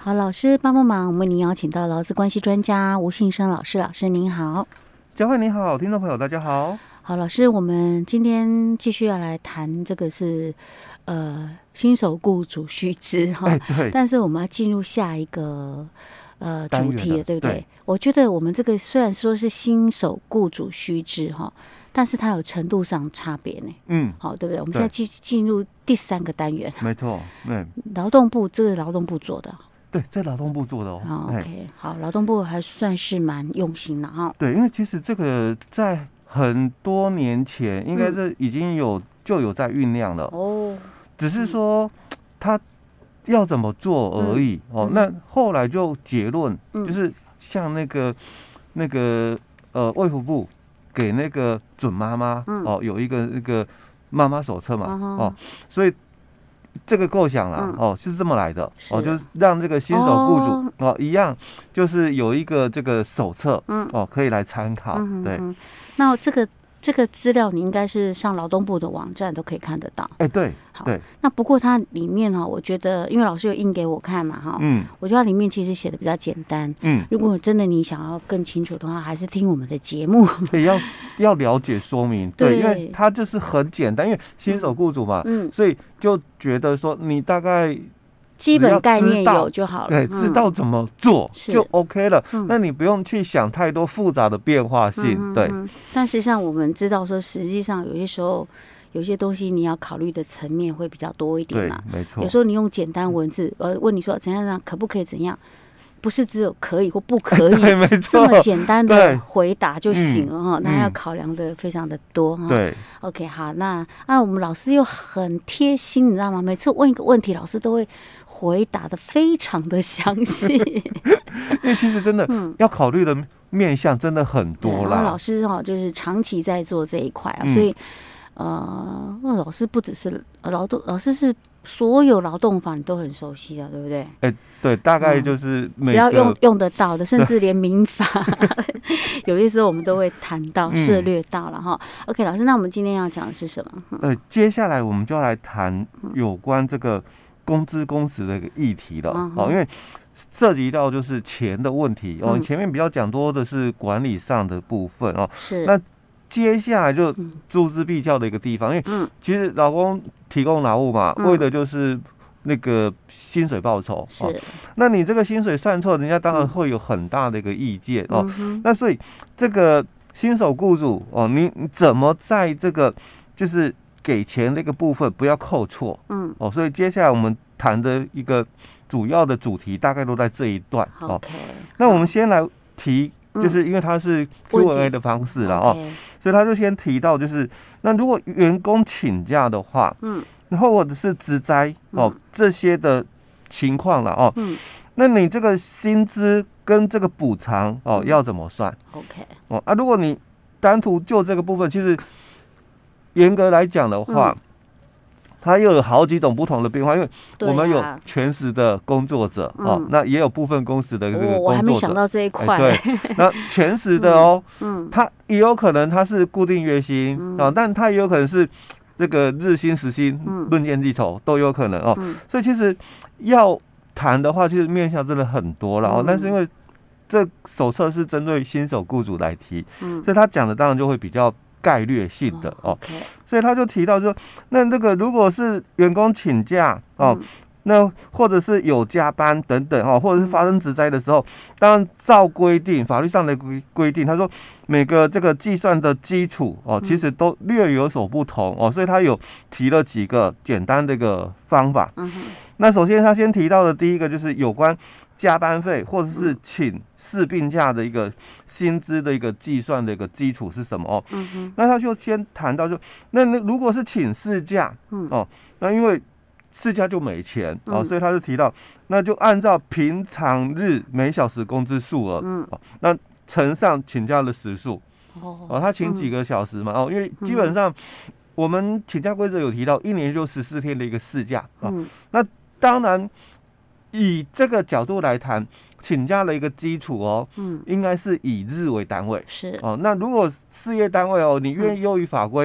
好，老师帮帮忙，我们为您邀请到劳资关系专家吴信生老师，老师您好。 佳慧你好，听众朋友大家好。 好，老师，我们今天继续要来谈这个是新手雇主须知哈， 对， 但是我们要进入下一个主题了，对不对？ 对， 我觉得我们这个虽然说是新手雇主须知哈，但是它有程度上差别呢。好，对不对？我们现在进入第3个单元， 没错， 劳动部，这个劳动部做的。 对，在劳动部做的哦。 OK， 好，劳动部还算是蛮用心的哈。 对，因为其实这个在很多年前，应该是已经就有在酝酿了哦，只是说他要怎么做而已哦。那后来就结论就是像那个卫福部给那个准妈妈哦有一个那个妈妈手册嘛哦，所以。这个构想啦，是这么来的哦，就是让这个新手雇主哦一样，就是有一个这个手册可以来参考。对， 那这个资料你应该是上劳动部的网站都可以看得到。 对， 好，那不过它里面我觉得因为老师有印给我看嘛我觉得它里面其实写的比较简单。如果真的你想要更清楚的话，还是听我们的节目。 对，要了解说明。对，因为它就是很简单，因为新手雇主嘛，所以就觉得说你大概基本概念有就好了， 对，知道怎么做就 OK 了。那你不用去想太多复杂的变化性。对， 但实际上我们知道说，实际上有些时候有些东西你要考虑的层面会比较多一点啦。 对，没错。 有时候你用简单文字，问你说怎样可不可以怎样，不是只有可以或不可以这么简单的回答就行了哈，那要考量的非常的多哈。 对 ，OK， 好，那我们老师又很贴心，你知道吗？每次问一个问题，老师都会回答的非常的详细。 因为其实真的要考虑的面向真的很多啦。 然后老师就是长期在做这一块所以老师不只是老师是所有劳动法你都很熟悉的，对不对？ 对，大概就是只要用得到的，甚至连民法，有些时候我们都会谈到、涉略到了哈。OK， 老师，那我们今天要讲的是什么？ 接下来我们就要来谈有关这个工资工时的一个议题了因为涉及到就是钱的问题前面比较讲多的是管理上的部分是那接下来就锱铢必较的一个地方，因为其实劳工提供劳务嘛，为的就是那个薪水报酬那你这个薪水算错，人家当然会有很大的一个意见那所以这个新手雇主你怎么在这个就是给钱那个部分不要扣错所以接下来我们谈的一个主要的主题大概都在这一段那我们先来提。就是因为它是 Q&A 的方式了所以他就先提到，就是那如果员工请假的话，然后或者是职灾这些的情况了那你这个薪资跟这个补偿要怎么算 ？OK 如果你单独就这个部分，其实严格来讲的话。它又有好几种不同的变化，因为我们有全时的工作者那也有部分工时的这个工作者。 我还没想到这一块。 对，那全时的它也有可能它是固定月薪但它也有可能是这个日薪、时薪、论件计酬都有可能所以其实要谈的话，其实面向真的很多了但是因为这手册是针对新手雇主来提，所以他讲的当然就会比较。概略性的所以他就提到说，那这个如果是员工请假那或者是有加班等等或者是发生职灾的时候，当然照规定法律上的规定，他说每个这个计算的基础其实都略有所不同所以他有提了几个简单的一个方法。那首先他先提到的第一个就是有关加班费或者是请事病假的一个薪资的一个计算的一个基础是什么那他就先谈到那如果是请事假那因为事假就没钱所以他就提到那就按照平常日每小时工资数额那乘上请假的时数他请几个小时嘛因为基本上我们请假规则有提到1年就14天的一个事假那当然以这个角度来谈请假的一个基础应该是以日为单位是那如果事业单位你愿意优于法规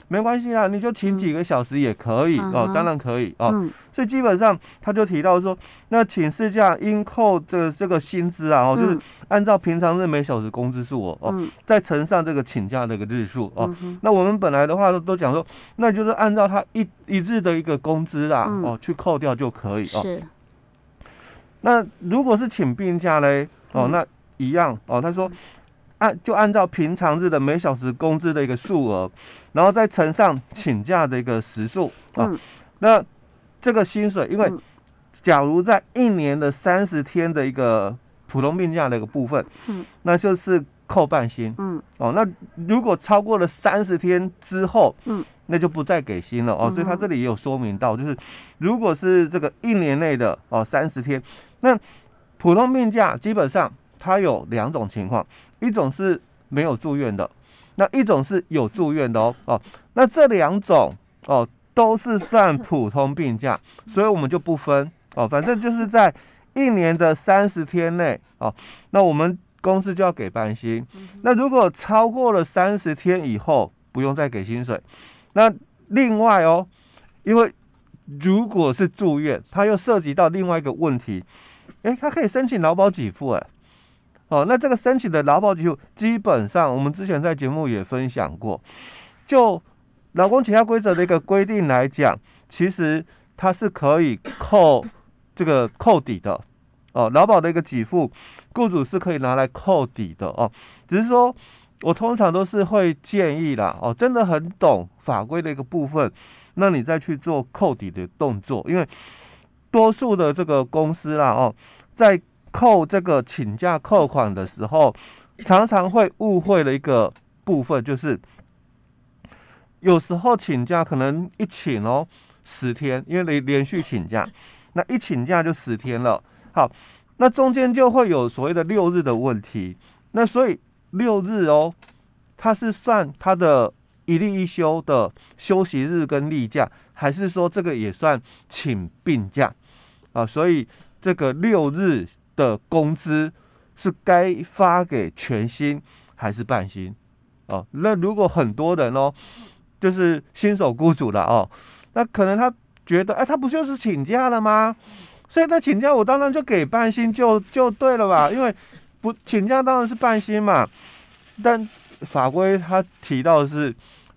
没关系啦，你就请几个小时也可以哦，当然可以哦。所以基本上他就提到说，那请事假应扣这个薪资啊，哦，就是按照平常日每小时工资数哦，再乘上这个请假的一个日数哦。那我们本来的话都讲说，那就是按照他一日的一个工资啦哦去扣掉就可以哦。 是。 那如果是请病假嘞哦，那一样哦，他说。就按照平常日的每小时工资的一个数额，然后再乘上请假的一个时数啊。那这个薪水，因为假如在1年的30天的一个普通病假的一个部分，那就是扣半薪。那如果超过了30天之后，那就不再给薪了哦。所以他这里也有说明到，就是如果是这个1年内的30天，那普通病假基本上它有2种情况。一种是没有住院的，那一种是有住院的哦。那这2种都是算普通病假，所以我们就不分哦，反正就是在1年的30天内哦，那我们公司就要给半薪。那如果超过了30天以后，不用再给薪水。那另外哦，因为如果是住院，它又涉及到另外一个问题，它可以申请劳保给付那这个申请的劳保给付，基本上我们之前在节目也分享过，就劳工请假规则的一个规定来讲，其实它是可以扣底的劳保的一个给付，雇主是可以拿来扣底的只是说我通常都是会建议啦真的很懂法规的一个部分，那你再去做扣底的动作，因为多数的这个公司啦在扣这个请假扣款的时候，常常会误会了一个部分，就是有时候请假可能一请10天，因为连续请假，那一请假就10天了。好，那中间就会有所谓的6日的问题，那所以6日它是算它的一例一休的休息日跟例假，还是说这个也算请病假所以这个6日的工资是该发给全薪还是半薪那如果很多人就是新手雇主了那可能他觉得他不就是请假了吗？所以他请假我当然就给半薪就对了吧，因为不请假当然是半薪嘛。但法规他提到的是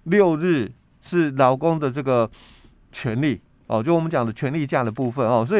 6日是劳工的这个权利就我们讲的权利假的部分所以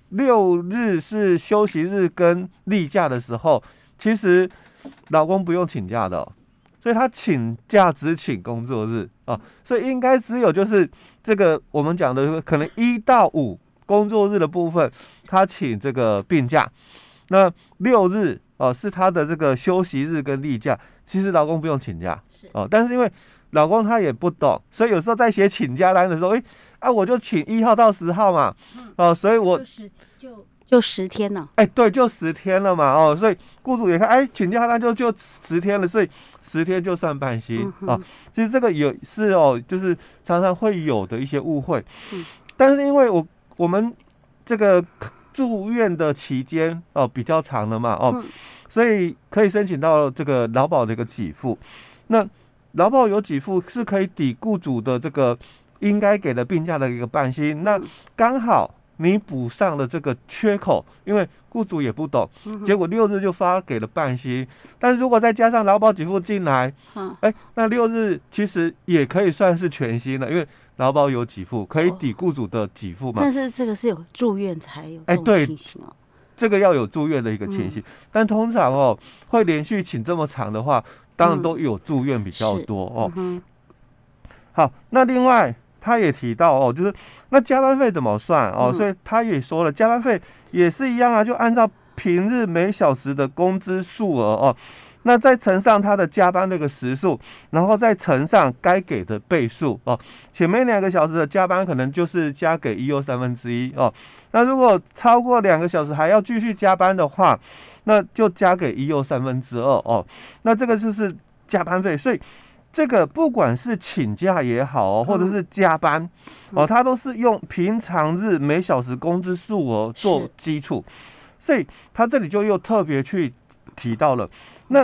6日是休息日跟例假的时候，其实劳工不用请假的所以他请假只请工作日所以应该只有就是这个我们讲的可能1到5工作日的部分，他请这个病假，那6日是他的这个休息日跟例假，其实劳工不用请假但是因为劳工他也不懂，所以有时候在写请假单的时候，我就请1号到10号嘛所以我就10天了对，就10天了嘛所以雇主也看请假单就10天了，所以10天就算半薪其实这个也是就是常常会有的一些误会但是因为我们这个住院的期间比较长了嘛所以可以申请到这个劳保的一个给付。那劳保有给付是可以抵雇主的这个应该给的病假的一个半薪，那刚好你补上了这个缺口，因为雇主也不懂，结果6日就发给了半薪，但是如果再加上劳保给付进来那6日其实也可以算是全薪了，因为劳保有给付可以抵雇主的给付嘛。 但是这个是有住院才有这种情形这个要有住院的一个情形但通常会连续请这么长的话，当然都有住院比较多好，那另外他也提到就是那加班费怎么算所以他也说了，加班费也是一样就按照平日每小时的工资数额那再乘上他的加班那个时数，然后再乘上该给的倍数前面2个小时的加班可能就是加给1又1/3那如果超过2个小时还要继续加班的话，那就加给1又2/3那这个就是加班费。所以这个不管是请假也好或者是加班它都是用平常日每小时工资数额做基础，所以他这里就又特别去提到了，那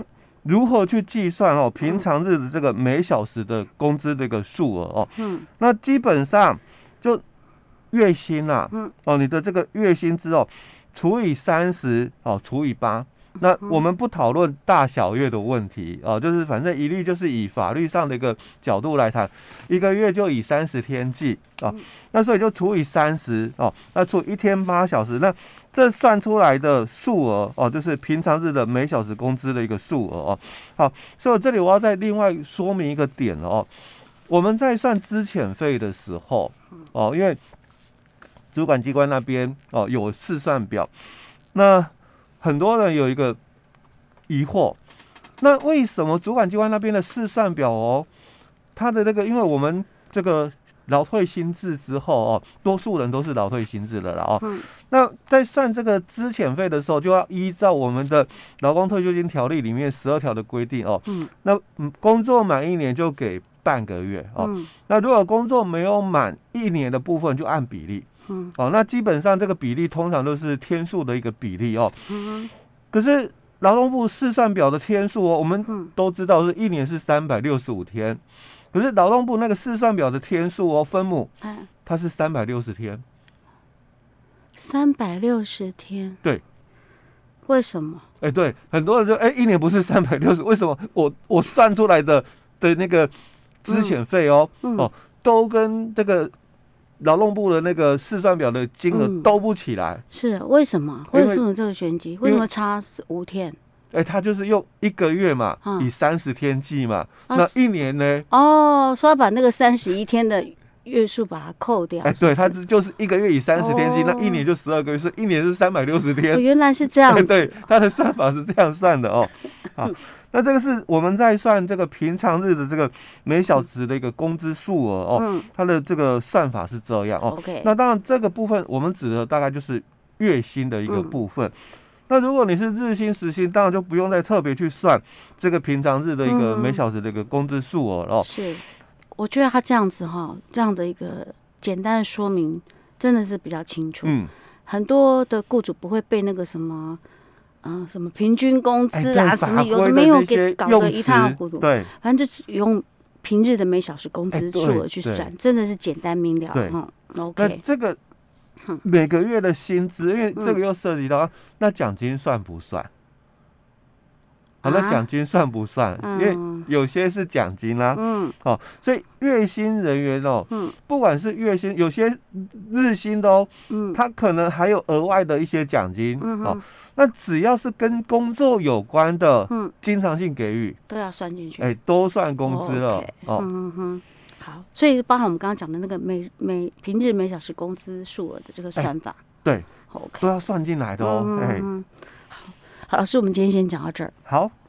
如何去计算哦平常日的这个每小时的工资的一个数额哦？那基本上就月薪啊，你的这个月薪资哦，除以30哦，除以8。那我们不讨论大小月的问题哦，就是反正一律就是以法律上的一个角度来谈，一个月就以30天计哦，那所以就除以30哦，那除1天8小时，那这算出来的数额哦，就是平常日的每小时工资的一个数额哦。好，所以这里我要再另外说明一个点哦，我们在算资遣费的时候哦，因为主管机关那边哦有试算表，那很多人有一个疑惑，那为什么主管机关那边的试算表哦，它的那个，因为我们这个劳退新制之后哦，多数人都是劳退新制的了哦。那在算这个资遣费的时候，就要依照我们的劳工退休金条例里面12条的规定哦。那工作满1年就给半个月哦。那如果工作没有满1年的部分，就按比例。那基本上这个比例通常都是天数的一个比例哦。可是劳动部试算表的天数哦，我们都知道是1年是365天，可是劳动部那个试算表的天数哦，分母它是360天。 360天？对。为什么？ 对，很多人就1年不是360，为什么我算出来的那个资遣费哦，都跟这个劳动部的那个试算表的金额都不起来。 是为什么？为什么这个玄机？为什么差5天？ 他就是用1个月嘛，以30天计嘛，那1年呢？ 说要把那个31天的月数把它扣掉。 对，他就是1个月以30天计，那1年就12个月，所以1年是360天。 原来是这样子。 对，他的算法是这样算的哦。好，那这个是我们在算这个平常日的这个每小时的一个工资数额哦，它的这个算法是这样哦。那当然这个部分我们指的大概就是月薪的一个部分。那如果你是日薪时薪，当然就不用再特别去算这个平常日的一个每小时的一个工资数额哦。 是，我觉得他这样子这样的一个简单的说明真的是比较清楚。很多的雇主不会被那个什么什么平均工资啊，什么有的没有给搞得一塌糊涂。对，反正就是用平日的每小时工资数额去算，真的是简单明了。OK， 那这个每个月的薪资，因为这个又涉及到那奖金算不算？好，那奖金算不算？因为有些是奖金啦，所以月薪人员哦，不管是月薪，有些日薪的哦，他可能还有额外的一些奖金，那只要是跟工作有关的，经常性给予都要算进去， 都算工资了。 好，所以包含我们刚刚讲的那个平日每小时工资数额的这个算法， 对，都要算进来的哦。 好，老师，我们今天先讲到这儿。 好。